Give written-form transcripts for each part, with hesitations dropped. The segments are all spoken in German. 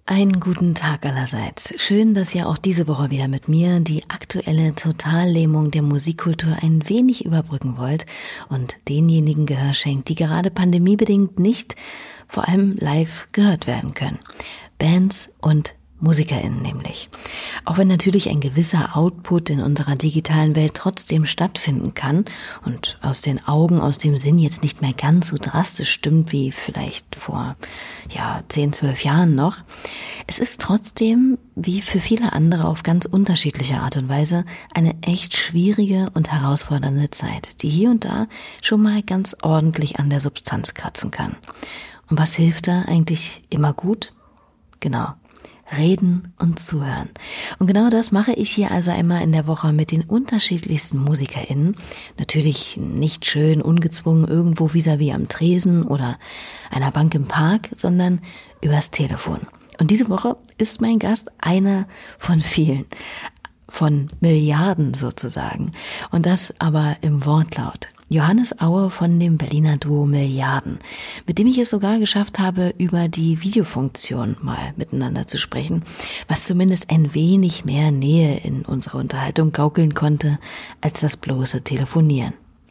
Einen guten Tag allerseits. Schön, dass ihr auch diese Woche wieder mit mir die aktuelle Totallähmung der Musikkultur ein wenig überbrücken wollt und denjenigen Gehör schenkt, die gerade pandemiebedingt nicht, vor allem live, gehört werden können. Bands und MusikerInnen nämlich. Auch wenn natürlich ein gewisser Output in unserer digitalen Welt trotzdem stattfinden kann und aus den Augen, aus dem Sinn jetzt nicht mehr ganz so drastisch stimmt wie vielleicht vor 10, 12 Jahren noch. Es ist trotzdem, wie für viele andere auf ganz unterschiedliche Art und Weise, eine echt schwierige und herausfordernde Zeit, die hier und da schon mal ganz ordentlich an der Substanz kratzen kann. Und was hilft da eigentlich immer gut? Genau. Reden und zuhören. Und genau das mache ich hier also einmal in der Woche mit den unterschiedlichsten MusikerInnen. Natürlich nicht schön, ungezwungen irgendwo vis-à-vis am Tresen oder einer Bank im Park, sondern übers Telefon. Und diese Woche ist mein Gast einer von vielen, von Milliarden sozusagen. Und das aber im Wortlaut. Johannes Aue von dem Berliner Duo Milliarden, mit dem ich es sogar geschafft habe, über die Videofunktion mal miteinander zu sprechen, was zumindest ein wenig mehr Nähe in unsere Unterhaltung gaukeln konnte, als das bloße Telefonieren.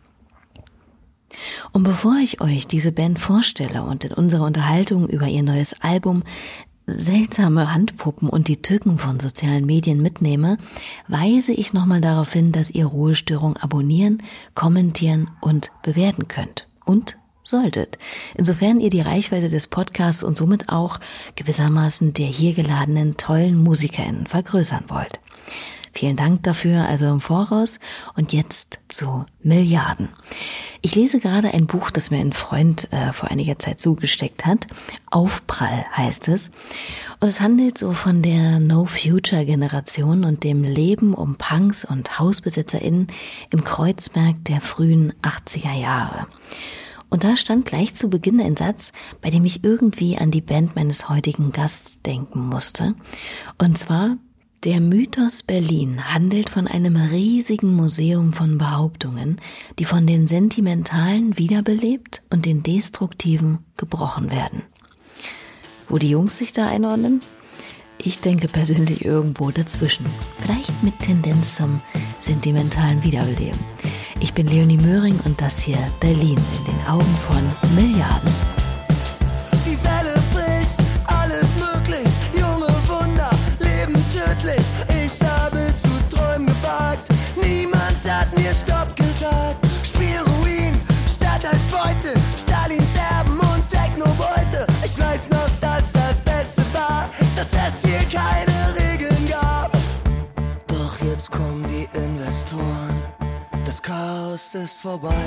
Und bevor ich euch diese Band vorstelle und in unsere Unterhaltung über ihr neues Album seltsame Handpuppen und die Tücken von sozialen Medien mitnehme, weise ich nochmal darauf hin, dass ihr Ruhestörung abonnieren, kommentieren und bewerten könnt. Und solltet. Insofern ihr die Reichweite des Podcasts und somit auch gewissermaßen der hier geladenen tollen MusikerInnen vergrößern wollt. Vielen Dank dafür also im Voraus und jetzt zu Milliarden. Ich lese gerade ein Buch, das mir ein Freund vor einiger Zeit zugesteckt hat. Aufprall heißt es. Und es handelt so von der No-Future-Generation und dem Leben um Punks und HausbesitzerInnen im Kreuzberg der frühen 80er Jahre. Und da stand gleich zu Beginn ein Satz, bei dem ich irgendwie an die Band meines heutigen Gasts denken musste. Und zwar: Der Mythos Berlin handelt von einem riesigen Museum von Behauptungen, die von den Sentimentalen wiederbelebt und den Destruktiven gebrochen werden. Wo die Jungs sich da einordnen? Ich denke persönlich irgendwo dazwischen. Vielleicht mit Tendenz zum sentimentalen Wiederbeleben. Ich bin Leonie Möhring und das hier Berlin in den Augen von Milliarden. Die Welle bricht, alles möglich, junge Wunder leben tödlich. Ich habe zu träumen gewagt, niemand hat mir Stopp gesagt. Spielruin, Stadt als Beute, Stalins Erben und Techno-Beute. Ich weiß noch, dass das Beste war, dass es hier keine Regeln gab. Doch jetzt kommen die Investoren, das Chaos ist vorbei,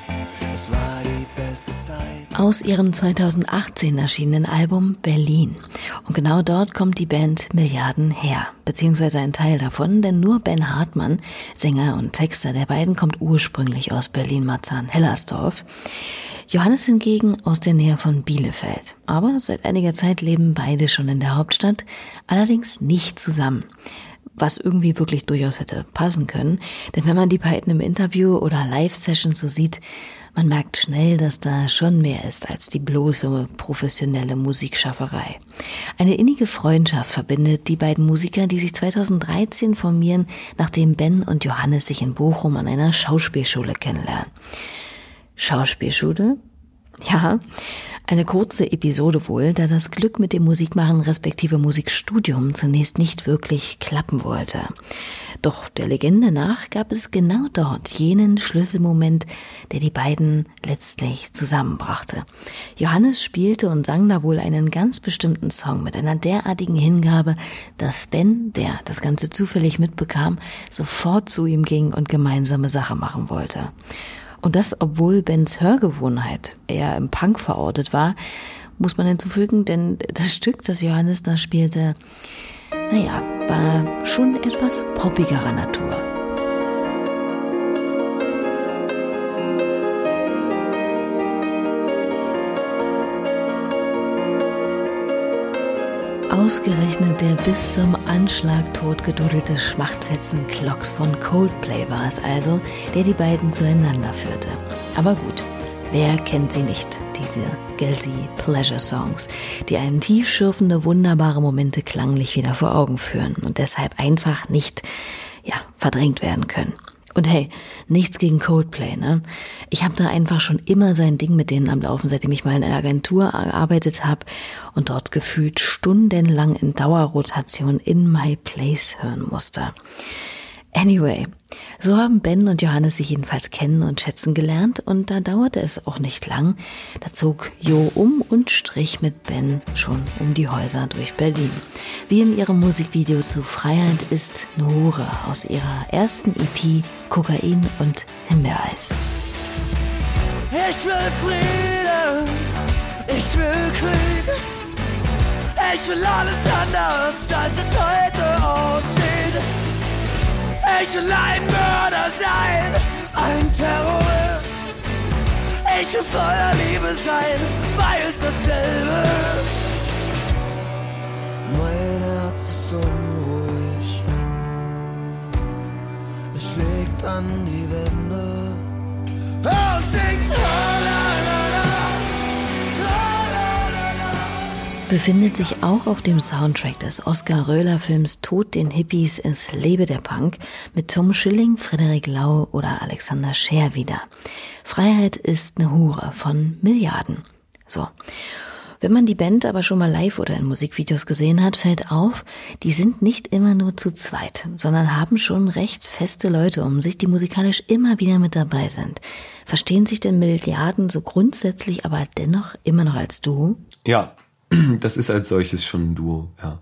es war die beste Zeit. Aus ihrem 2018 erschienenen Album Berlin. Und genau dort kommt die Band Milliarden her, beziehungsweise ein Teil davon, denn nur Ben Hartmann, Sänger und Texter der beiden, kommt ursprünglich aus Berlin-Marzahn-Hellersdorf. Johannes hingegen aus der Nähe von Bielefeld. Aber seit einiger Zeit leben beide schon in der Hauptstadt, allerdings nicht zusammen. Was irgendwie wirklich durchaus hätte passen können. Denn wenn man die beiden im Interview oder Live-Sessions so sieht, man merkt schnell, dass da schon mehr ist als die bloße professionelle Musikschafferei. Eine innige Freundschaft verbindet die beiden Musiker, die sich 2013 formieren, nachdem Ben und Johannes sich in Bochum an einer Schauspielschule kennenlernen. Schauspielschule? Ja, eine kurze Episode wohl, da das Glück mit dem Musikmachen respektive Musikstudium zunächst nicht wirklich klappen wollte. Doch der Legende nach gab es genau dort jenen Schlüsselmoment, der die beiden letztlich zusammenbrachte. Johannes spielte und sang da wohl einen ganz bestimmten Song mit einer derartigen Hingabe, dass Ben, der das Ganze zufällig mitbekam, sofort zu ihm ging und gemeinsame Sache machen wollte. Und das, obwohl Bens Hörgewohnheit eher im Punk verortet war, muss man hinzufügen, denn das Stück, das Johannes da spielte, war schon etwas poppigerer Natur. Ausgerechnet der bis zum Anschlag totgedudelte Schmachtfetzen Clocks von Coldplay war es also, der die beiden zueinander führte. Aber gut, wer kennt sie nicht, diese Guilty Pleasure Songs, die einem tiefschürfende, wunderbare Momente klanglich wieder vor Augen führen und deshalb einfach nicht, verdrängt werden können. Und hey, nichts gegen Coldplay, ne? Ich habe da einfach schon immer sein Ding mit denen am Laufen, seitdem ich mal in einer Agentur gearbeitet habe und dort gefühlt stundenlang in Dauerrotation In My Place hören musste. Anyway, so haben Ben und Johannes sich jedenfalls kennen und schätzen gelernt und da dauerte es auch nicht lang. Da zog Jo um und strich mit Ben schon um die Häuser durch Berlin. Wie in ihrem Musikvideo zu Freiheit ist eine Hure aus ihrer ersten EP Kokain und Himbeereis. Ich will Frieden, ich will Krieg, ich will alles anders, als es heute aussieht. Ich will ein Mörder sein, ein Terrorist. Ich will voller Liebe sein, weil es dasselbe ist. Mein Herz ist unruhig, es schlägt an die Wände und singt befindet sich auch auf dem Soundtrack des Oskar-Röhler-Films Tod den Hippies, es lebe der Punk mit Tom Schilling, Frederik Lau oder Alexander Scheer wieder. Freiheit ist eine Hure von Milliarden. So. Wenn man die Band aber schon mal live oder in Musikvideos gesehen hat, fällt auf, die sind nicht immer nur zu zweit, sondern haben schon recht feste Leute um sich, die musikalisch immer wieder mit dabei sind. Verstehen sich denn Milliarden so grundsätzlich, aber dennoch immer noch als Duo? Ja. Das ist als solches schon ein Duo, ja.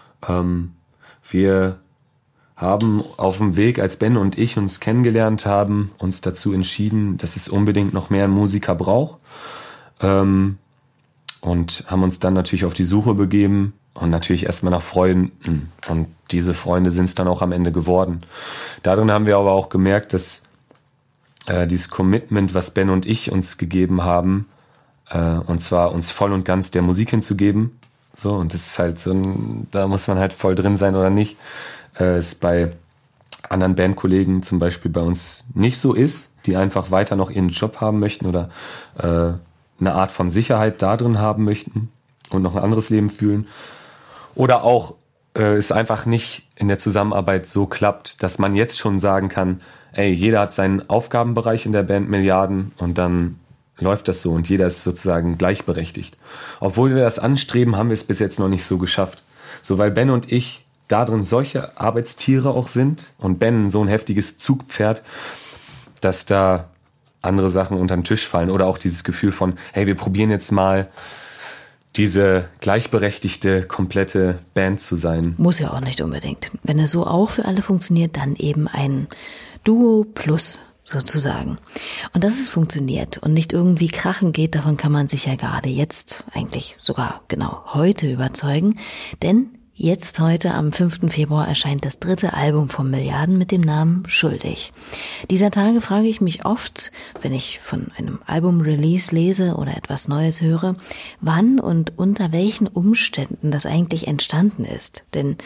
Wir haben auf dem Weg, als Ben und ich uns kennengelernt haben, uns dazu entschieden, dass es unbedingt noch mehr Musiker braucht. Und haben uns dann natürlich auf die Suche begeben und natürlich erstmal nach Freunden. Und diese Freunde sind es dann auch am Ende geworden. Darin haben wir aber auch gemerkt, dass dieses Commitment, was Ben und ich uns gegeben haben, und zwar uns voll und ganz der Musik hinzugeben. So, und das ist halt so da muss man halt voll drin sein oder nicht. Es bei anderen Bandkollegen zum Beispiel bei uns nicht so ist, die einfach weiter noch ihren Job haben möchten oder eine Art von Sicherheit da drin haben möchten und noch ein anderes Leben fühlen. Oder auch es einfach nicht in der Zusammenarbeit so klappt, dass man jetzt schon sagen kann, ey, jeder hat seinen Aufgabenbereich in der Band Milliarden und dann läuft das so und jeder ist sozusagen gleichberechtigt. Obwohl wir das anstreben, haben wir es bis jetzt noch nicht so geschafft. So, weil Ben und ich da drin solche Arbeitstiere auch sind und Ben so ein heftiges Zugpferd, dass da andere Sachen unter den Tisch fallen oder auch dieses Gefühl von, hey, wir probieren jetzt mal diese gleichberechtigte, komplette Band zu sein. Muss ja auch nicht unbedingt. Wenn es so auch für alle funktioniert, dann eben ein Duo plus sozusagen. Und dass es funktioniert und nicht irgendwie krachen geht, davon kann man sich ja gerade jetzt, eigentlich sogar genau heute überzeugen. Denn jetzt heute am 5. Februar erscheint das 3. Album von Milliarden mit dem Namen Schuldig. Dieser Tage frage ich mich oft, wenn ich von einem Album-Release lese oder etwas Neues höre, wann und unter welchen Umständen das eigentlich entstanden ist. Denn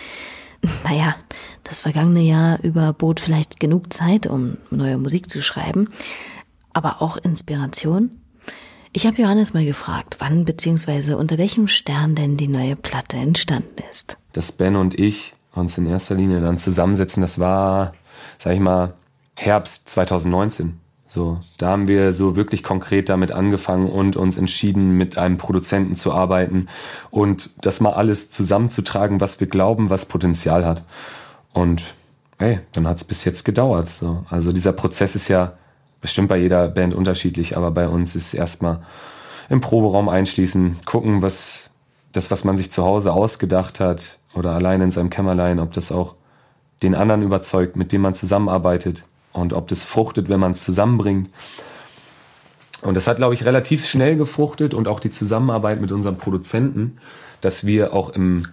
das vergangene Jahr überbot vielleicht genug Zeit, um neue Musik zu schreiben, aber auch Inspiration. Ich habe Johannes mal gefragt, wann bzw. unter welchem Stern denn die neue Platte entstanden ist. Dass Ben und ich uns in erster Linie dann zusammensetzen, das war, sag ich mal, Herbst 2019. So, da haben wir so wirklich konkret damit angefangen und uns entschieden, mit einem Produzenten zu arbeiten und das mal alles zusammenzutragen, was wir glauben, was Potenzial hat. Und hey, dann hat es bis jetzt gedauert. So. Also dieser Prozess ist ja bestimmt bei jeder Band unterschiedlich, aber bei uns ist erstmal im Proberaum einschließen, gucken, was man sich zu Hause ausgedacht hat oder allein in seinem Kämmerlein, ob das auch den anderen überzeugt, mit dem man zusammenarbeitet. Und ob das fruchtet, wenn man es zusammenbringt. Und das hat, glaube ich, relativ schnell gefruchtet und auch die Zusammenarbeit mit unserem Produzenten, dass wir auch im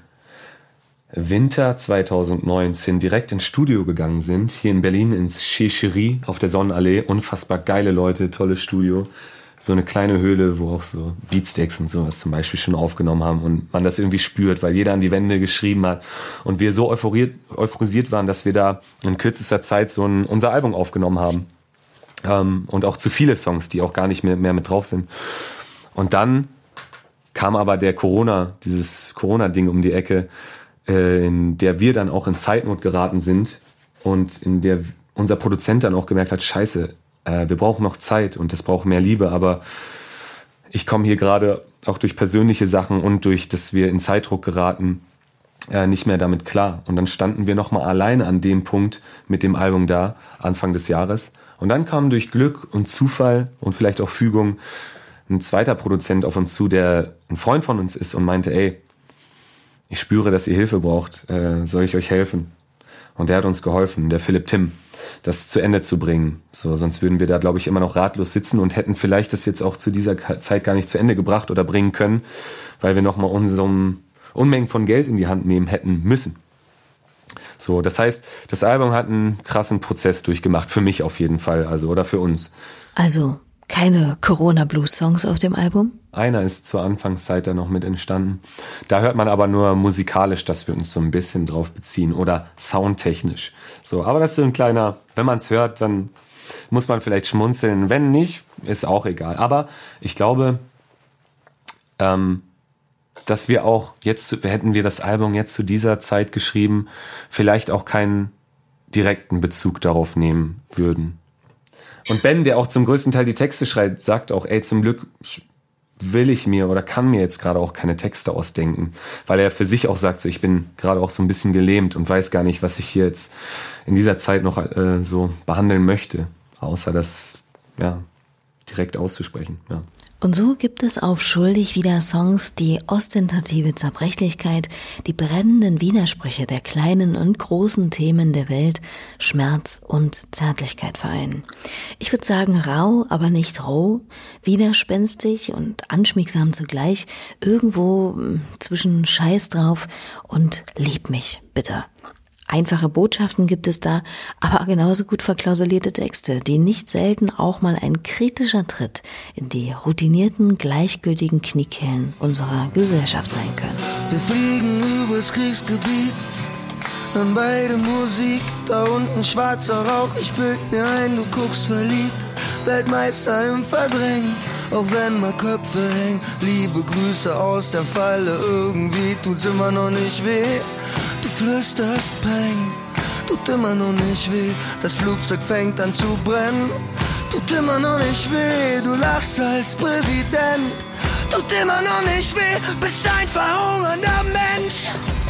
Winter 2019 direkt ins Studio gegangen sind, hier in Berlin ins Chez Cherie auf der Sonnenallee. Unfassbar geile Leute, tolles Studio. So eine kleine Höhle, wo auch so Beatsteaks und sowas zum Beispiel schon aufgenommen haben und man das irgendwie spürt, weil jeder an die Wände geschrieben hat und wir so euphorisiert waren, dass wir da in kürzester Zeit unser Album aufgenommen haben. Und auch zu viele Songs, die auch gar nicht mehr mit drauf sind. Und dann kam aber dieses Corona-Ding um die Ecke, in der wir dann auch in Zeitnot geraten sind und in der unser Produzent dann auch gemerkt hat, scheiße, wir brauchen noch Zeit und das braucht mehr Liebe, aber ich komme hier gerade auch durch persönliche Sachen und durch, dass wir in Zeitdruck geraten, nicht mehr damit klar. Und dann standen wir nochmal alleine an dem Punkt mit dem Album da, Anfang des Jahres. Und dann kam durch Glück und Zufall und vielleicht auch Fügung ein zweiter Produzent auf uns zu, der ein Freund von uns ist und meinte, ey, ich spüre, dass ihr Hilfe braucht, soll ich euch helfen? Und der hat uns geholfen, der Philipp Timm, das zu Ende zu bringen. So, sonst würden wir da, glaube ich, immer noch ratlos sitzen und hätten vielleicht das jetzt auch zu dieser Zeit gar nicht zu Ende gebracht oder bringen können, weil wir nochmal unsere Unmengen von Geld in die Hand nehmen hätten müssen. So, das heißt, das Album hat einen krassen Prozess durchgemacht, für mich auf jeden Fall, also oder für uns. Also keine Corona-Blues-Songs auf dem Album? Einer ist zur Anfangszeit da noch mit entstanden. Da hört man aber nur musikalisch, dass wir uns so ein bisschen drauf beziehen oder soundtechnisch. So, aber das ist so ein kleiner, wenn man es hört, dann muss man vielleicht schmunzeln. Wenn nicht, ist auch egal. Aber ich glaube, dass wir auch jetzt, hätten wir das Album jetzt zu dieser Zeit geschrieben, vielleicht auch keinen direkten Bezug darauf nehmen würden. Und Ben, der auch zum größten Teil die Texte schreibt, sagt auch, ey, zum Glück will ich mir oder kann mir jetzt gerade auch keine Texte ausdenken, weil er für sich auch sagt, so, ich bin gerade auch so ein bisschen gelähmt und weiß gar nicht, was ich hier jetzt in dieser Zeit noch so behandeln möchte, außer das direkt auszusprechen. Ja. Und so gibt es auf Schuldig wieder Songs, die ostentative Zerbrechlichkeit, die brennenden Widersprüche der kleinen und großen Themen der Welt, Schmerz und Zärtlichkeit vereinen. Ich würde sagen rau, aber nicht roh, widerspenstig und anschmiegsam zugleich, irgendwo zwischen Scheiß drauf und Lieb mich, bitte. Einfache Botschaften gibt es da, aber genauso gut verklausulierte Texte, die nicht selten auch mal ein kritischer Tritt in die routinierten, gleichgültigen Kniekehlen unserer Gesellschaft sein können. Wir fliegen übers Kriegsgebiet, dann beide Musik, da unten schwarzer Rauch, ich bild mir ein, du guckst verliebt, Weltmeister im Verdrängen, auch wenn mal Köpfe hängen, liebe Grüße aus der Falle, irgendwie tut's immer noch nicht weh. Du flüsterst Peng, tut immer noch nicht weh. Das Flugzeug fängt an zu brennen, tut immer noch nicht weh. Du lachst als Präsident, tut immer noch nicht weh. Bist ein verhungernder Mensch.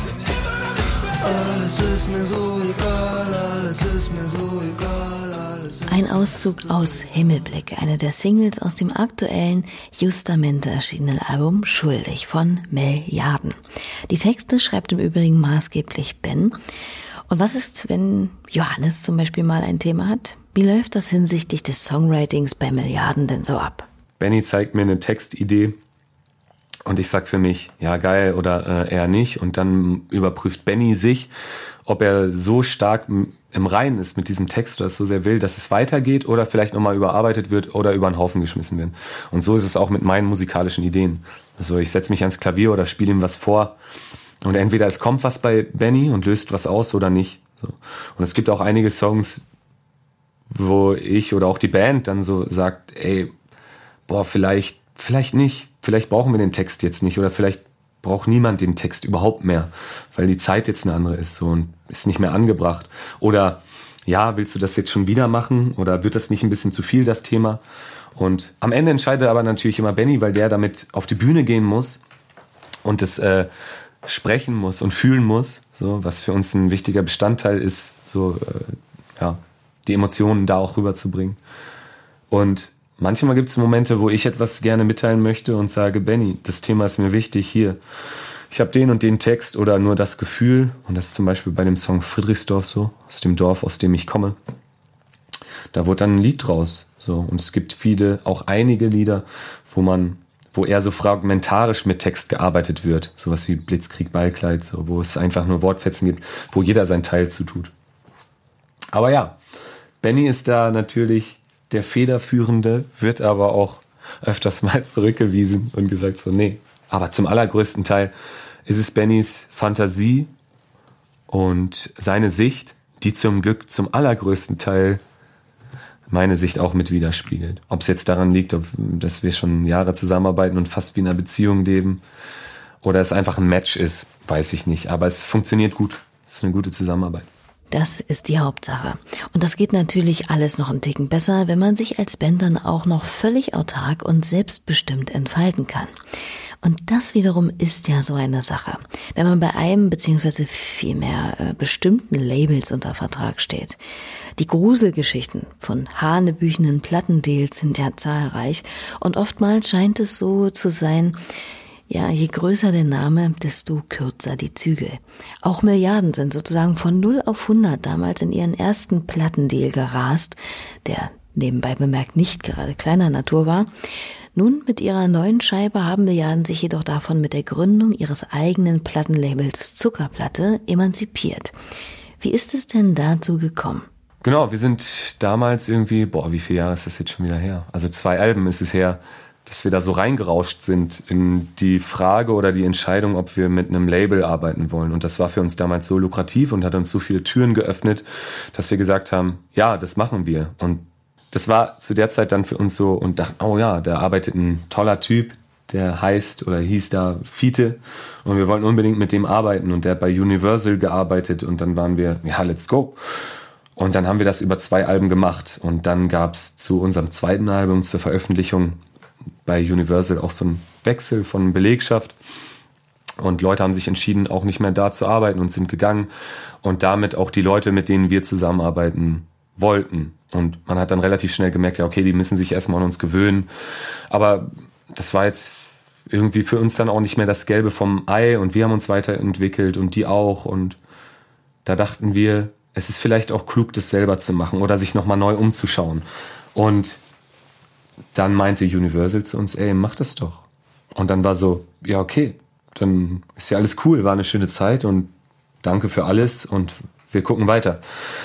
Alles ist mir so egal, alles ist mir so egal, alles ist Ein Auszug aus Himmelblick, eine der Singles aus dem aktuellen Justamente erschienenen Album Schuldig von Milliarden. Die Texte schreibt im Übrigen maßgeblich Ben. Und was ist, wenn Johannes zum Beispiel mal ein Thema hat? Wie läuft das hinsichtlich des Songwritings bei Milliarden denn so ab? Benny zeigt mir eine Textidee und ich sag für mich, ja geil oder eher nicht. Und dann überprüft Benny sich, ob er so stark im Reinen ist mit diesem Text oder es so sehr will, dass es weitergeht oder vielleicht nochmal überarbeitet wird oder über den Haufen geschmissen wird. Und so ist es auch mit meinen musikalischen Ideen. Also ich setze mich ans Klavier oder spiele ihm was vor und entweder es kommt was bei Benny und löst was aus oder nicht. So. Und es gibt auch einige Songs, wo ich oder auch die Band dann so sagt, ey, boah, vielleicht nicht, vielleicht brauchen wir den Text jetzt nicht oder vielleicht braucht niemand den Text überhaupt mehr, weil die Zeit jetzt eine andere ist so und ist nicht mehr angebracht. Oder ja, willst du das jetzt schon wieder machen oder wird das nicht ein bisschen zu viel, das Thema? Und am Ende entscheidet aber natürlich immer Benny, weil der damit auf die Bühne gehen muss und es sprechen muss und fühlen muss, so was für uns ein wichtiger Bestandteil ist, so die Emotionen da auch rüberzubringen. Und manchmal gibt es Momente, wo ich etwas gerne mitteilen möchte und sage, Benny, das Thema ist mir wichtig, hier. Ich habe den und den Text oder nur das Gefühl, und das ist zum Beispiel bei dem Song Friedrichsdorf so, aus dem Dorf, aus dem ich komme. Da wurde dann ein Lied draus. So. Und es gibt auch einige Lieder, wo eher so fragmentarisch mit Text gearbeitet wird. Sowas wie Blitzkrieg, Ballkleid, so, wo es einfach nur Wortfetzen gibt, wo jeder seinen Teil zutut. Aber ja, Benny ist da natürlich der Federführende, wird aber auch öfters mal zurückgewiesen und gesagt so, nee. Aber zum allergrößten Teil ist es Bennys Fantasie und seine Sicht, die zum Glück zum allergrößten Teil meine Sicht auch mit widerspiegelt. Ob es jetzt daran liegt, dass wir schon Jahre zusammenarbeiten und fast wie in einer Beziehung leben oder es einfach ein Match ist, weiß ich nicht. Aber es funktioniert gut. Es ist eine gute Zusammenarbeit. Das ist die Hauptsache. Und das geht natürlich alles noch einen Ticken besser, wenn man sich als Band dann auch noch völlig autark und selbstbestimmt entfalten kann. Und das wiederum ist ja so eine Sache. Wenn man bei einem beziehungsweise vielmehr bestimmten Labels unter Vertrag steht. Die Gruselgeschichten von hanebüchenen Plattendeals sind ja zahlreich und oftmals scheint es so zu sein, ja, je größer der Name, desto kürzer die Zügel. Auch Milliarden sind sozusagen von 0 auf 100 damals in ihren ersten Plattendeal gerast, der nebenbei bemerkt nicht gerade kleiner Natur war. Nun mit ihrer neuen Scheibe haben Milliarden sich jedoch davon mit der Gründung ihres eigenen Plattenlabels Zuckerplatte emanzipiert. Wie ist es denn dazu gekommen? Genau, wir sind damals irgendwie, wie viele Jahre ist das jetzt schon wieder her? Also 2 Alben ist es her, dass wir da so reingerauscht sind in die Frage oder die Entscheidung, ob wir mit einem Label arbeiten wollen. Und das war für uns damals so lukrativ und hat uns so viele Türen geöffnet, dass wir gesagt haben, ja, das machen wir. Und das war zu der Zeit dann für uns so und dachten, oh ja, da arbeitet ein toller Typ, der hieß da Fiete und wir wollten unbedingt mit dem arbeiten und der hat bei Universal gearbeitet und dann waren wir, ja, let's go. Und dann haben wir das über 2 Alben gemacht und dann gab's zu unserem zweiten Album, zur Veröffentlichung bei Universal auch so einen Wechsel von Belegschaft und Leute haben sich entschieden, auch nicht mehr da zu arbeiten und sind gegangen und damit auch die Leute, mit denen wir zusammenarbeiten wollten. Und man hat dann relativ schnell gemerkt, ja okay, die müssen sich erstmal an uns gewöhnen, aber das war jetzt irgendwie für uns dann auch nicht mehr das Gelbe vom Ei und wir haben uns weiterentwickelt und die auch und da dachten wir, es ist vielleicht auch klug, das selber zu machen oder sich nochmal neu umzuschauen. Und dann meinte Universal zu uns, ey, mach das doch. Und dann war so, ja okay, dann ist ja alles cool, war eine schöne Zeit und danke für alles und wir gucken weiter.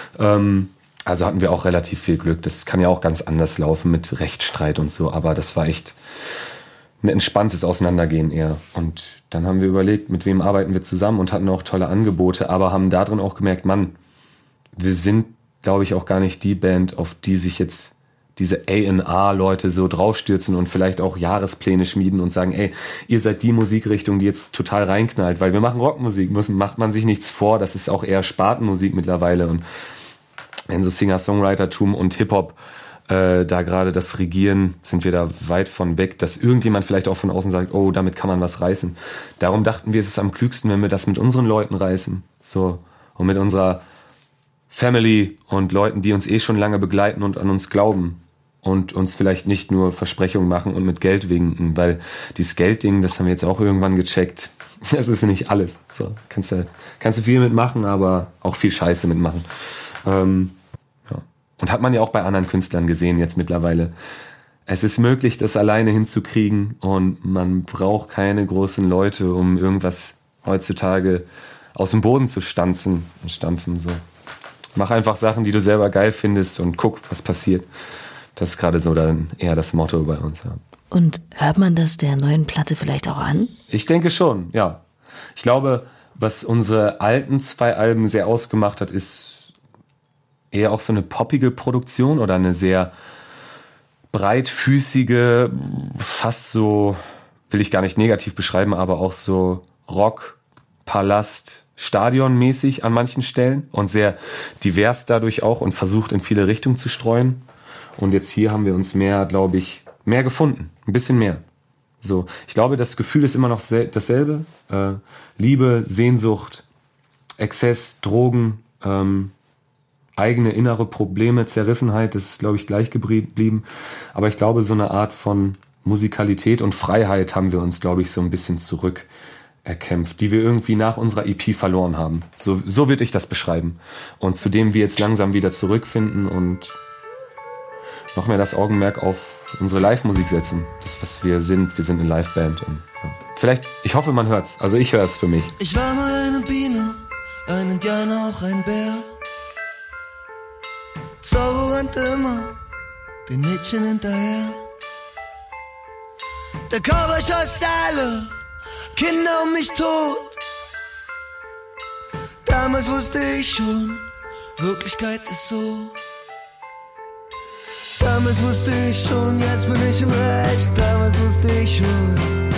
Also hatten wir auch relativ viel Glück. Das kann ja auch ganz anders laufen mit Rechtsstreit und so, aber das war echt ein entspanntes Auseinandergehen eher. Und dann haben wir überlegt, mit wem arbeiten wir zusammen und hatten auch tolle Angebote, aber haben darin auch gemerkt, Mann, wir sind, glaube ich, auch gar nicht die Band, auf die sich jetzt diese A&R-Leute so draufstürzen und vielleicht auch Jahrespläne schmieden und sagen, ey, ihr seid die Musikrichtung, die jetzt total reinknallt, weil wir machen Rockmusik, macht man sich nichts vor, das ist auch eher Spartenmusik mittlerweile und wenn so Singer-Songwritertum und Hip-Hop da gerade das Regieren, sind wir da weit von weg, dass irgendjemand vielleicht auch von außen sagt, oh, damit kann man was reißen. Darum dachten wir, es ist am klügsten, wenn wir das mit unseren Leuten reißen, so, und mit unserer Family und Leuten, die uns schon lange begleiten und an uns glauben und uns vielleicht nicht nur Versprechungen machen und mit Geld winken, weil dieses Geldding, das haben wir jetzt auch irgendwann gecheckt, das ist nicht alles. So, kannst du viel mitmachen, aber auch viel Scheiße mitmachen. Ja. Und hat man ja auch bei anderen Künstlern gesehen jetzt mittlerweile. Es ist möglich, das alleine hinzukriegen und man braucht keine großen Leute, um irgendwas heutzutage aus dem Boden zu stanzen und stampfen. So. Mach einfach Sachen, die du selber geil findest und guck, was passiert. Das ist gerade so dann eher das Motto bei uns. Ja. Und hört man das der neuen Platte vielleicht auch an? Ich denke schon, ja. Ich glaube, was unsere alten 2 Alben sehr ausgemacht hat, ist eher auch so eine poppige Produktion oder eine sehr breitfüßige, fast so, will ich gar nicht negativ beschreiben, aber auch so Rock, Palast, Stadionmäßig an manchen Stellen und sehr divers dadurch auch und versucht in viele Richtungen zu streuen. Und jetzt hier haben wir uns mehr, glaube ich, mehr gefunden. Ein bisschen mehr. So, ich glaube, das Gefühl ist immer noch dasselbe. Liebe, Sehnsucht, Exzess, Drogen, eigene innere Probleme, Zerrissenheit, das ist, glaube ich, gleich geblieben. Aber ich glaube, so eine Art von Musikalität und Freiheit haben wir uns, glaube ich, so ein bisschen zurück erkämpft, die wir irgendwie nach unserer EP verloren haben. So würde ich das beschreiben. Und zu dem wir jetzt langsam wieder zurückfinden und noch mehr das Augenmerk auf unsere Live-Musik setzen. Das, was wir sind eine Live-Band. Und, ja. Vielleicht, ich hoffe, man hört's. Also ich höre es für mich. Ich war mal eine Biene, ein Indianer, auch ein Bär. Zorro rannte immer den Mädchen hinterher. Der Cowboy schoss alle Kinder um mich tot. Damals wusste ich schon, Wirklichkeit ist so. Damals wusste ich schon, jetzt bin ich im Recht. Damals wusste ich schon.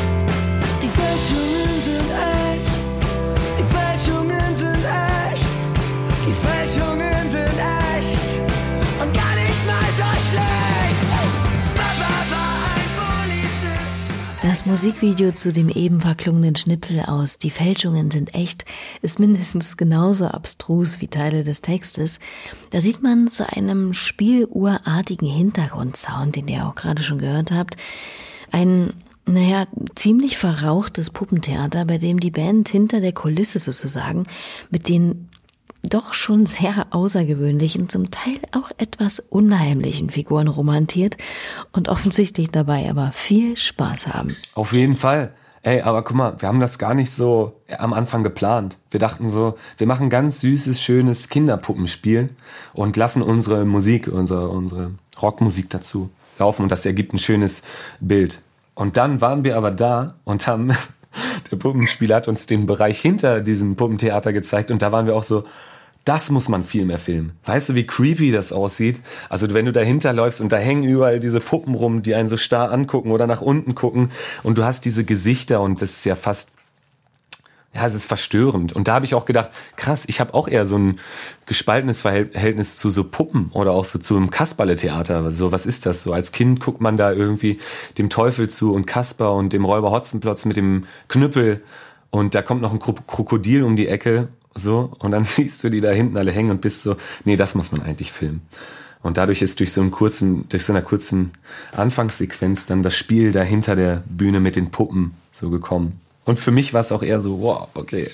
Die Fälschungen sind echt. Die Fälschungen sind echt. Die Fälschungen sind echt. Und gar nicht mal so schlecht. Papa war ein Polizist. Das Musikvideo zu dem eben verklungenen Schnipsel aus Die Fälschungen sind echt ist mindestens genauso abstrus wie Teile des Textes. Da sieht man zu einem spieluhrartigen Hintergrundsound, den ihr auch gerade schon gehört habt, ein ziemlich verrauchtes Puppentheater, bei dem die Band hinter der Kulisse sozusagen mit den doch schon sehr außergewöhnlichen, zum Teil auch etwas unheimlichen Figuren romantiert und offensichtlich dabei aber viel Spaß haben. Auf jeden Fall. Ey, aber guck mal, wir haben das gar nicht so am Anfang geplant. Wir dachten so, wir machen ganz süßes, schönes Kinderpuppenspiel und lassen unsere Musik, unsere Rockmusik dazu laufen und das ergibt ein schönes Bild. Und dann waren wir aber da und haben, der Puppenspieler hat uns den Bereich hinter diesem Puppentheater gezeigt und da waren wir auch so, das muss man viel mehr filmen. Weißt du, wie creepy das aussieht? Also wenn du dahinter läufst und da hängen überall diese Puppen rum, die einen so starr angucken oder nach unten gucken und du hast diese Gesichter und das ist ja fast, ja, es ist verstörend. Und da habe ich auch gedacht, krass, ich habe auch eher so ein gespaltenes Verhältnis zu so Puppen oder auch so zu einem Kasperle-Theater. So, was ist das so? Als Kind guckt man da irgendwie dem Teufel zu und Kasper und dem Räuber Hotzenplotz mit dem Knüppel und da kommt noch ein Krokodil um die Ecke. So, und dann siehst du die da hinten alle hängen und bist so, nee, das muss man eigentlich filmen. Und dadurch ist durch so einer kurzen Anfangssequenz dann das Spiel da hinter der Bühne mit den Puppen so gekommen. Und für mich war es auch eher so, wow, okay.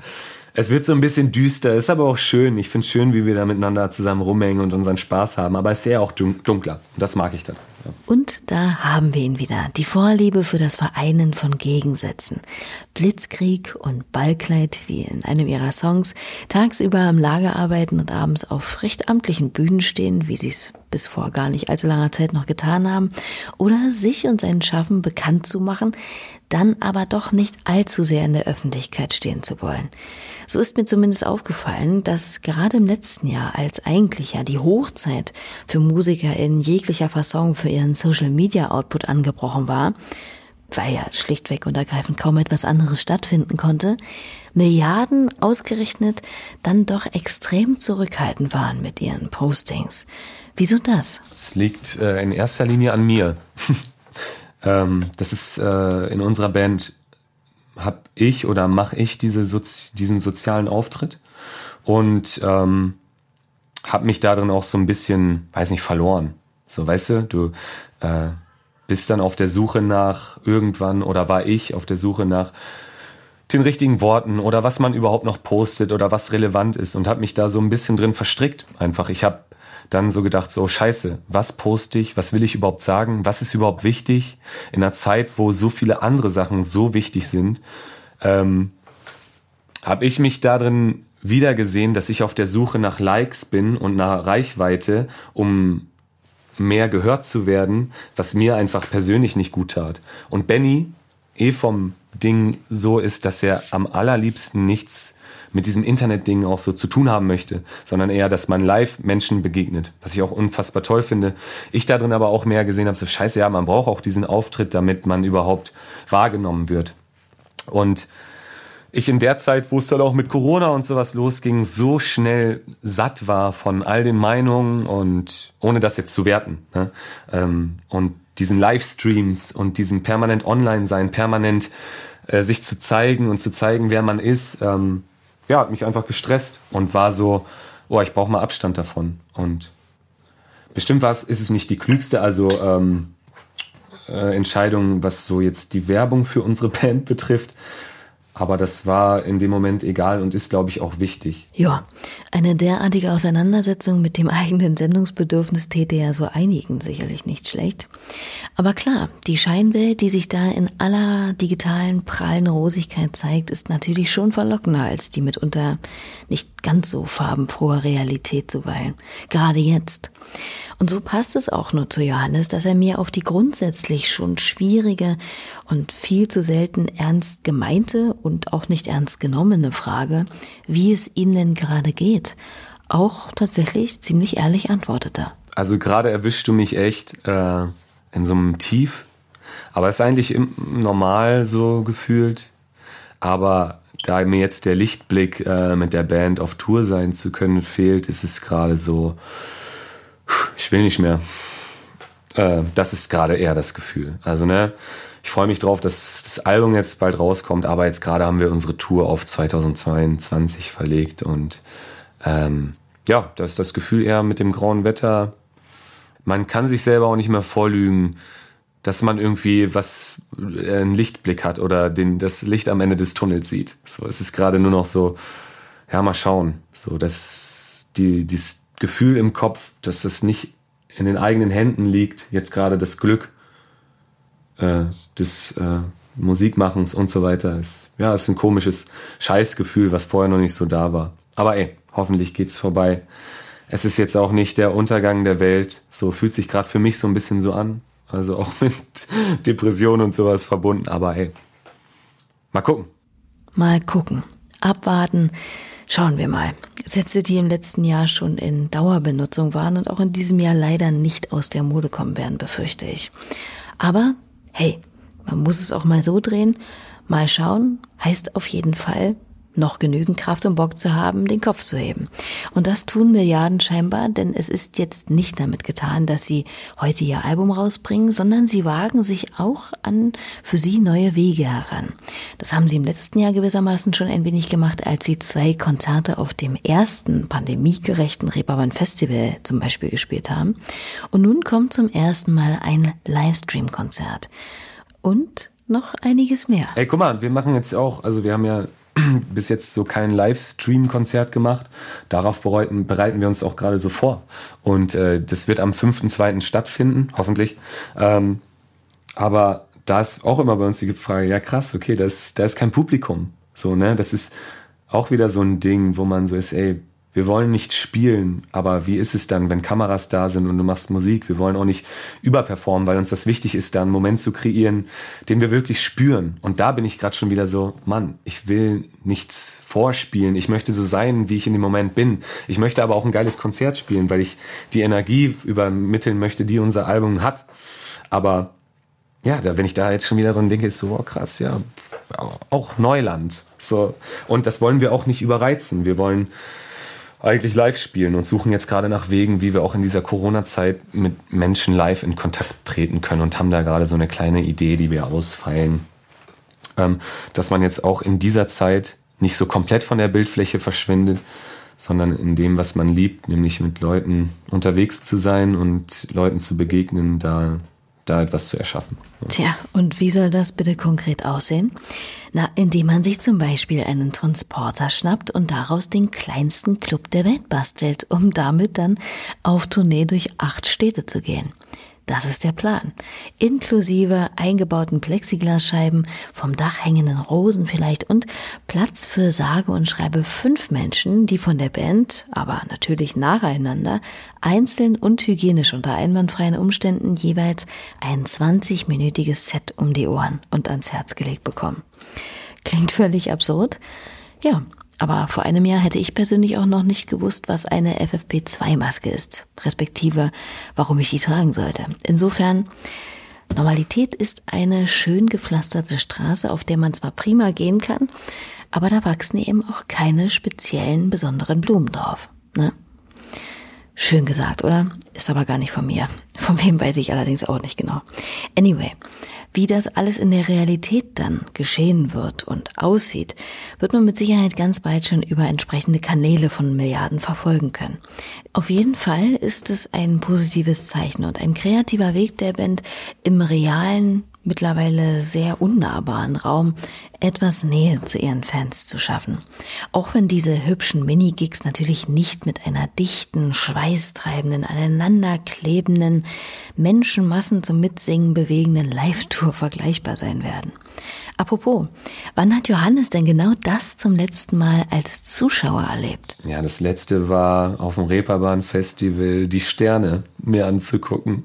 Es wird so ein bisschen düster, ist aber auch schön. Ich finde es schön, wie wir da miteinander zusammen rumhängen und unseren Spaß haben. Aber es ist ja auch dunkler. Und das mag ich dann. Ja. Und da haben wir ihn wieder. Die Vorliebe für das Vereinen von Gegensätzen. Blitzkrieg und Ballkleid, wie in einem ihrer Songs. Tagsüber am Lager arbeiten und abends auf recht amtlichen Bühnen stehen, wie sie es bis vor gar nicht allzu langer Zeit noch getan haben. Oder sich und sein Schaffen bekannt zu machen, dann aber doch nicht allzu sehr in der Öffentlichkeit stehen zu wollen. So ist mir zumindest aufgefallen, dass gerade im letzten Jahr, als eigentlich ja die Hochzeit für Musiker in jeglicher Fasson für ihren Social-Media-Output angebrochen war, weil ja schlichtweg und ergreifend kaum etwas anderes stattfinden konnte, Milliarden ausgerechnet dann doch extrem zurückhaltend waren mit ihren Postings. Wieso das? Es liegt in erster Linie an mir. Das ist in unserer Band mache ich diesen sozialen Auftritt und habe mich darin auch so ein bisschen, verloren. So, weißt du bist dann auf der Suche nach irgendwann oder war ich auf der Suche nach den richtigen Worten oder was man überhaupt noch postet oder was relevant ist und habe mich da so ein bisschen drin verstrickt. Einfach, ich habe dann so gedacht, so scheiße, was poste ich, was will ich überhaupt sagen, was ist überhaupt wichtig in einer Zeit, wo so viele andere Sachen so wichtig sind, habe ich mich darin wieder gesehen, dass ich auf der Suche nach Likes bin und nach Reichweite, um mehr gehört zu werden, was mir einfach persönlich nicht gut tat. Und Benny vom Ding so ist, dass er am allerliebsten nichts mit diesem Internet-Ding auch so zu tun haben möchte, sondern eher, dass man live Menschen begegnet, was ich auch unfassbar toll finde. Ich da drin aber auch mehr gesehen habe, so scheiße, ja, man braucht auch diesen Auftritt, damit man überhaupt wahrgenommen wird. Und ich in der Zeit, wo es dann auch mit Corona und sowas losging, so schnell satt war von all den Meinungen und ohne das jetzt zu werten, ne? Und diesen Livestreams und diesem permanent online sein, permanent sich zu zeigen und zu zeigen, wer man ist, hat mich einfach gestresst und war so, ich brauche mal Abstand davon. Und bestimmt ist es nicht die klügste Entscheidung, was so jetzt die Werbung für unsere Band betrifft. Aber das war in dem Moment egal und ist, glaube ich, auch wichtig. Ja, eine derartige Auseinandersetzung mit dem eigenen Sendungsbedürfnis täte ja so einigen sicherlich nicht schlecht. Aber klar, die Scheinwelt, die sich da in aller digitalen, prallen Rosigkeit zeigt, ist natürlich schon verlockender als die mitunter nicht ganz so farbenfrohe Realität zuweilen. Gerade jetzt. Und so passt es auch nur zu Johannes, dass er mir auf die grundsätzlich schon schwierige und viel zu selten ernst gemeinte und auch nicht ernst genommene Frage, wie es ihm denn gerade geht, auch tatsächlich ziemlich ehrlich antwortete. Also gerade erwischst du mich echt in so einem Tief. Aber es ist eigentlich normal so gefühlt. Aber da mir jetzt der Lichtblick mit der Band auf Tour sein zu können fehlt, ist es gerade so, ich will nicht mehr. Das ist gerade eher das Gefühl. Also ich freue mich drauf, dass das Album jetzt bald rauskommt, aber jetzt gerade haben wir unsere Tour auf 2022 verlegt und da ist das Gefühl eher mit dem grauen Wetter, man kann sich selber auch nicht mehr vorlügen, dass man irgendwie einen Lichtblick hat oder das Licht am Ende des Tunnels sieht. So, es ist gerade nur noch so, ja, mal schauen. So, dass dieses Gefühl im Kopf, dass das nicht in den eigenen Händen liegt, jetzt gerade das Glück des Musikmachens und so weiter, ist ein komisches Scheißgefühl, was vorher noch nicht so da war. Aber hoffentlich geht's vorbei. Es ist jetzt auch nicht der Untergang der Welt. So fühlt sich gerade für mich so ein bisschen so an. Also auch mit Depressionen und sowas verbunden. Aber mal gucken. Mal gucken. Abwarten. Schauen wir mal. Sätze, die im letzten Jahr schon in Dauerbenutzung waren und auch in diesem Jahr leider nicht aus der Mode kommen werden, befürchte ich. Aber hey, man muss es auch mal so drehen. Mal schauen heißt auf jeden Fall, noch genügend Kraft und Bock zu haben, den Kopf zu heben. Und das tun Milliarden scheinbar, denn es ist jetzt nicht damit getan, dass sie heute ihr Album rausbringen, sondern sie wagen sich auch an für sie neue Wege heran. Das haben sie im letzten Jahr gewissermaßen schon ein wenig gemacht, als sie 2 Konzerte auf dem ersten pandemiegerechten Reeperbahn Festival zum Beispiel gespielt haben. Und nun kommt zum ersten Mal ein Livestream-Konzert. Und noch einiges mehr. Ey, guck mal, wir machen jetzt auch, also wir haben ja bis jetzt so kein Livestream-Konzert gemacht. Darauf bereiten wir uns auch gerade so vor. Und das wird am 5.2. stattfinden, hoffentlich. Aber da ist auch immer bei uns die Frage, ja krass, okay, da ist kein Publikum. So, ne? Das ist auch wieder so ein Ding, wo man so ist, wir wollen nicht spielen, aber wie ist es dann, wenn Kameras da sind und du machst Musik? Wir wollen auch nicht überperformen, weil uns das wichtig ist, da einen Moment zu kreieren, den wir wirklich spüren. Und da bin ich gerade schon wieder so, Mann, ich will nichts vorspielen. Ich möchte so sein, wie ich in dem Moment bin. Ich möchte aber auch ein geiles Konzert spielen, weil ich die Energie übermitteln möchte, die unser Album hat. Aber ja, wenn ich da jetzt schon wieder dran denke, ist so, oh krass, ja, auch Neuland. So. Und das wollen wir auch nicht überreizen. Wir wollen eigentlich live spielen und suchen jetzt gerade nach Wegen, wie wir auch in dieser Corona-Zeit mit Menschen live in Kontakt treten können und haben da gerade so eine kleine Idee, die wir ausfeilen, dass man jetzt auch in dieser Zeit nicht so komplett von der Bildfläche verschwindet, sondern in dem, was man liebt, nämlich mit Leuten unterwegs zu sein und Leuten zu begegnen, da etwas zu erschaffen. Tja, und wie soll das bitte konkret aussehen? Indem man sich zum Beispiel einen Transporter schnappt und daraus den kleinsten Club der Welt bastelt, um damit dann auf Tournee durch 8 Städte zu gehen. Das ist der Plan. Inklusive eingebauten Plexiglasscheiben, vom Dach hängenden Rosen vielleicht und Platz für sage und schreibe 5 Menschen, die von der Band, aber natürlich nacheinander, einzeln und hygienisch unter einwandfreien Umständen jeweils ein 20-minütiges Set um die Ohren und ans Herz gelegt bekommen. Klingt völlig absurd? Ja. Aber vor einem Jahr hätte ich persönlich auch noch nicht gewusst, was eine FFP2-Maske ist, respektive warum ich die tragen sollte. Insofern, Normalität ist eine schön gepflasterte Straße, auf der man zwar prima gehen kann, aber da wachsen eben auch keine speziellen, besonderen Blumen drauf. Ne? Schön gesagt, oder? Ist aber gar nicht von mir. Von wem weiß ich allerdings auch nicht genau. Anyway, wie das alles in der Realität dann geschehen wird und aussieht, wird man mit Sicherheit ganz bald schon über entsprechende Kanäle von Milliarden verfolgen können. Auf jeden Fall ist es ein positives Zeichen und ein kreativer Weg der Band, im realen, mittlerweile sehr unnahbaren Raum etwas Nähe zu ihren Fans zu schaffen. Auch wenn diese hübschen Mini-Gigs natürlich nicht mit einer dichten, schweißtreibenden, aneinanderklebenden, Menschenmassen zum Mitsingen bewegenden Live-Tour vergleichbar sein werden. Apropos, wann hat Johannes denn genau das zum letzten Mal als Zuschauer erlebt? Ja, das letzte war auf dem Reeperbahn-Festival die Sterne mir anzugucken.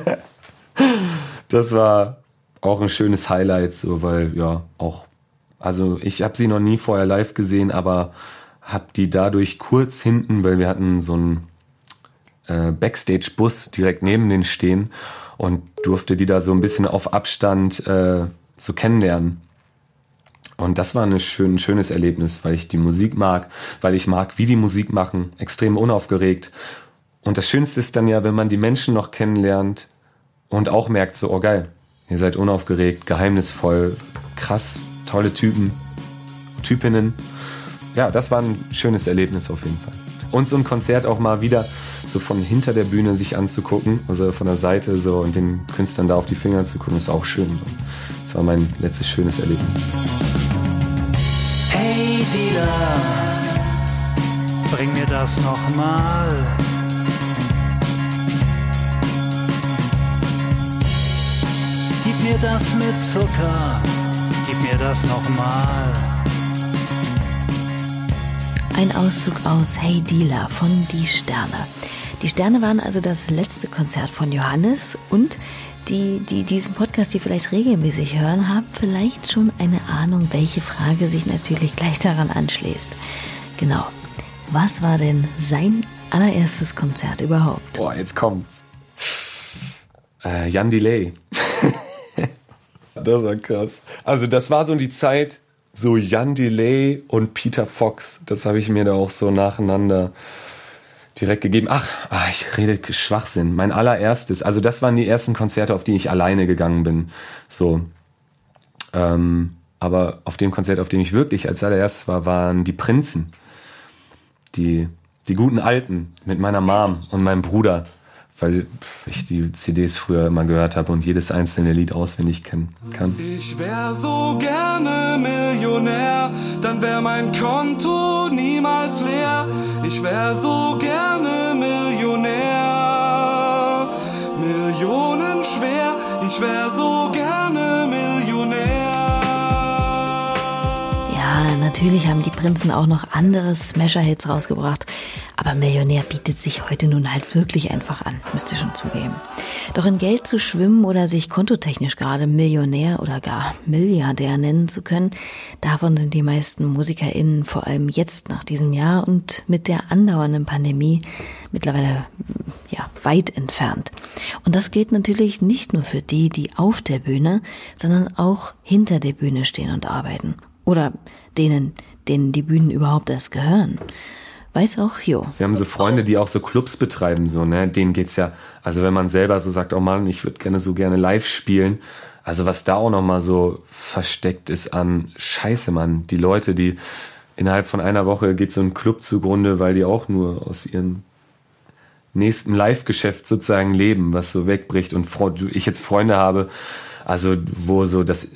Das war auch ein schönes Highlight, so, weil also ich habe sie noch nie vorher live gesehen, aber habe die dadurch kurz hinten, weil wir hatten so ein Backstage-Bus direkt neben denen stehen und durfte die da so ein bisschen auf Abstand so kennenlernen. Und das war ein schönes Erlebnis, weil ich die Musik mag, weil ich mag, wie die Musik machen, extrem unaufgeregt. Und das Schönste ist dann ja, wenn man die Menschen noch kennenlernt und auch merkt so, oh geil, ihr seid unaufgeregt, geheimnisvoll, krass, tolle Typen, Typinnen. Ja, das war ein schönes Erlebnis auf jeden Fall. Und so ein Konzert auch mal wieder so von hinter der Bühne sich anzugucken, also von der Seite so und den Künstlern da auf die Finger zu gucken, ist auch schön. Das war mein letztes schönes Erlebnis. Hey Dealer, bring mir das nochmal. Gib mir das mit Zucker, gib mir das nochmal. Ein Auszug aus Hey Dealer von Die Sterne. Die Sterne waren also das letzte Konzert von Johannes und die diesen Podcast hier vielleicht regelmäßig hören, haben vielleicht schon eine Ahnung, welche Frage sich natürlich gleich daran anschließt. Genau. Was war denn sein allererstes Konzert überhaupt? Boah, jetzt kommt's. Jan Delay. Das war krass. Also das war so die Zeit, so Jan Delay und Peter Fox. Das habe ich mir da auch so nacheinander direkt gegeben. Ich rede Schwachsinn. Mein allererstes, also das waren die ersten Konzerte, auf die ich alleine gegangen bin. So. Aber auf dem Konzert, auf dem ich wirklich als allererstes war, waren die Prinzen. Die guten Alten mit meiner Mom und meinem Bruder. Weil ich die CDs früher immer gehört habe und jedes einzelne Lied auswendig kennen kann. Ich wär so gerne Millionär, dann wär mein Konto niemals leer. Ich wär so gerne Millionär, Millionen schwer. Ich wär so gerne Millionär. Ja, natürlich haben die Prinzen auch noch andere Smasher-Hits rausgebracht. Aber Millionär bietet sich heute nun halt wirklich einfach an, müsst ihr schon zugeben. Doch in Geld zu schwimmen oder sich kontotechnisch gerade Millionär oder gar Milliardär nennen zu können, davon sind die meisten MusikerInnen vor allem jetzt nach diesem Jahr und mit der andauernden Pandemie mittlerweile weit entfernt. Und das gilt natürlich nicht nur für die, die auf der Bühne, sondern auch hinter der Bühne stehen und arbeiten. Oder denen die Bühnen überhaupt erst gehören. Weiß auch, jo. Wir haben so Freunde, die auch so Clubs betreiben, so, ne? Denen geht's ja, also wenn man selber so sagt, oh Mann, ich würde gerne so gerne live spielen, also was da auch nochmal so versteckt ist an Scheiße, Mann. Die Leute, die innerhalb von einer Woche geht so ein Club zugrunde, weil die auch nur aus ihrem nächsten Live-Geschäft sozusagen leben, was so wegbricht und ich jetzt Freunde habe, also wo so das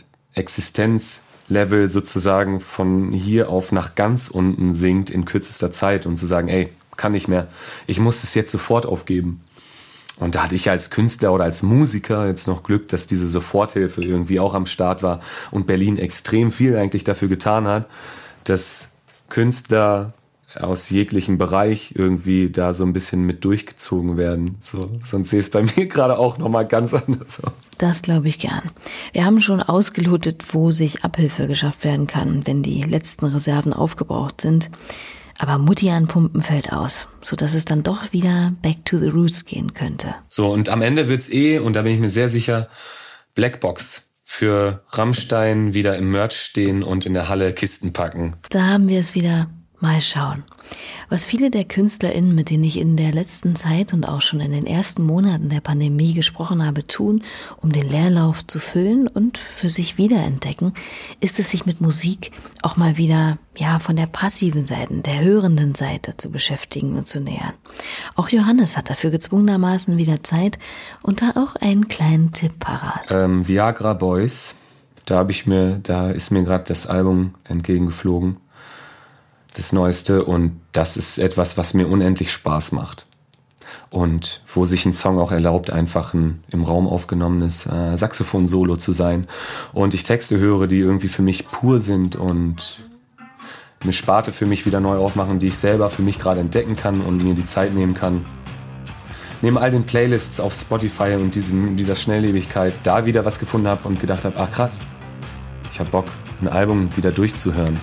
Existenzlevel sozusagen von hier auf nach ganz unten sinkt in kürzester Zeit und zu sagen, ey, kann nicht mehr, ich muss es jetzt sofort aufgeben. Und da hatte ich als Künstler oder als Musiker jetzt noch Glück, dass diese Soforthilfe irgendwie auch am Start war und Berlin extrem viel eigentlich dafür getan hat, dass Künstler aus jeglichem Bereich irgendwie da so ein bisschen mit durchgezogen werden. So, sonst sehe es bei mir gerade auch nochmal ganz anders aus. Das glaube ich gern. Wir haben schon ausgelotet, wo sich Abhilfe geschafft werden kann, wenn die letzten Reserven aufgebraucht sind. Aber Mutti an Pumpen fällt aus, sodass es dann doch wieder back to the roots gehen könnte. So, und am Ende wird's und da bin ich mir sehr sicher, Blackbox für Rammstein wieder im Merch stehen und in der Halle Kisten packen. Da haben wir es wieder. Mal schauen. Was viele der KünstlerInnen, mit denen ich in der letzten Zeit und auch schon in den ersten Monaten der Pandemie gesprochen habe, tun, um den Leerlauf zu füllen und für sich wiederentdecken, ist es, sich mit Musik auch mal wieder, von der passiven Seite, der hörenden Seite zu beschäftigen und zu nähern. Auch Johannes hat dafür gezwungenermaßen wieder Zeit und da auch einen kleinen Tipp parat. Viagra Boys, da ist mir gerade das Album entgegengeflogen. Das Neueste, und das ist etwas, was mir unendlich Spaß macht. Und wo sich ein Song auch erlaubt, einfach ein im Raum aufgenommenes Saxophon-Solo zu sein. Und ich Texte höre, die irgendwie für mich pur sind und eine Sparte für mich wieder neu aufmachen, die ich selber für mich gerade entdecken kann und mir die Zeit nehmen kann. Neben all den Playlists auf Spotify und dieser Schnelllebigkeit da wieder was gefunden habe und gedacht habe, ach krass, ich habe Bock, ein Album wieder durchzuhören.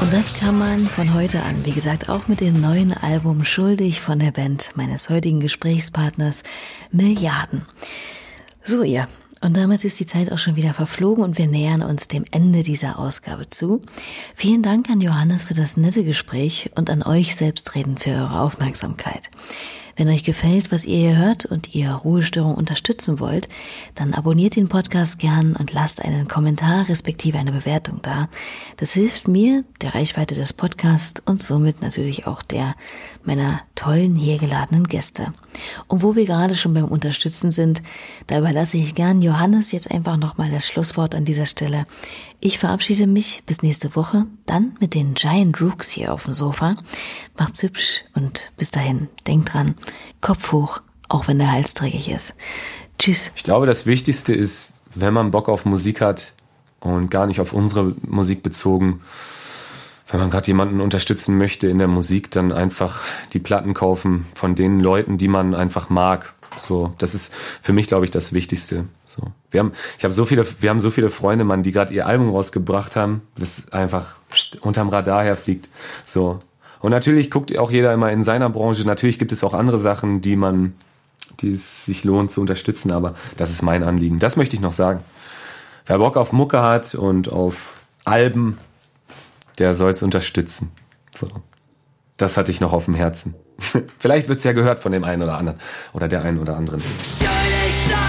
Und das kann man von heute an, wie gesagt, auch mit dem neuen Album Schuldig von der Band meines heutigen Gesprächspartners Milliarden. So ihr. Und damit ist die Zeit auch schon wieder verflogen und wir nähern uns dem Ende dieser Ausgabe zu. Vielen Dank an Johannes für das nette Gespräch und an euch selbstredend für eure Aufmerksamkeit. Wenn euch gefällt, was ihr hier hört und ihr Ruhestörung unterstützen wollt, dann abonniert den Podcast gern und lasst einen Kommentar respektive eine Bewertung da. Das hilft mir, der Reichweite des Podcasts und somit natürlich auch der meiner tollen hier geladenen Gäste. Und wo wir gerade schon beim Unterstützen sind, da überlasse ich gern Johannes jetzt einfach nochmal das Schlusswort an dieser Stelle. Ich verabschiede mich bis nächste Woche, dann mit den Giant Rooks hier auf dem Sofa. Macht's hübsch und bis dahin, denkt dran, Kopf hoch, auch wenn der Hals dreckig ist. Tschüss. Ich glaube, das Wichtigste ist, wenn man Bock auf Musik hat und gar nicht auf unsere Musik bezogen, wenn man gerade jemanden unterstützen möchte in der Musik, dann einfach die Platten kaufen von den Leuten, die man einfach mag. So, das ist für mich, glaube ich, das Wichtigste. So, wir haben so viele Freunde, Mann, die gerade ihr Album rausgebracht haben, das einfach unterm Radar herfliegt. So. Und natürlich guckt auch jeder immer in seiner Branche. Natürlich gibt es auch andere Sachen, die es sich lohnt zu unterstützen, aber das ist mein Anliegen. Das möchte ich noch sagen. Wer Bock auf Mucke hat und auf Alben, der soll es unterstützen. So. Das hatte ich noch auf dem Herzen. Vielleicht wird es ja gehört von dem einen oder anderen oder der einen oder anderen. Soll ich sagen?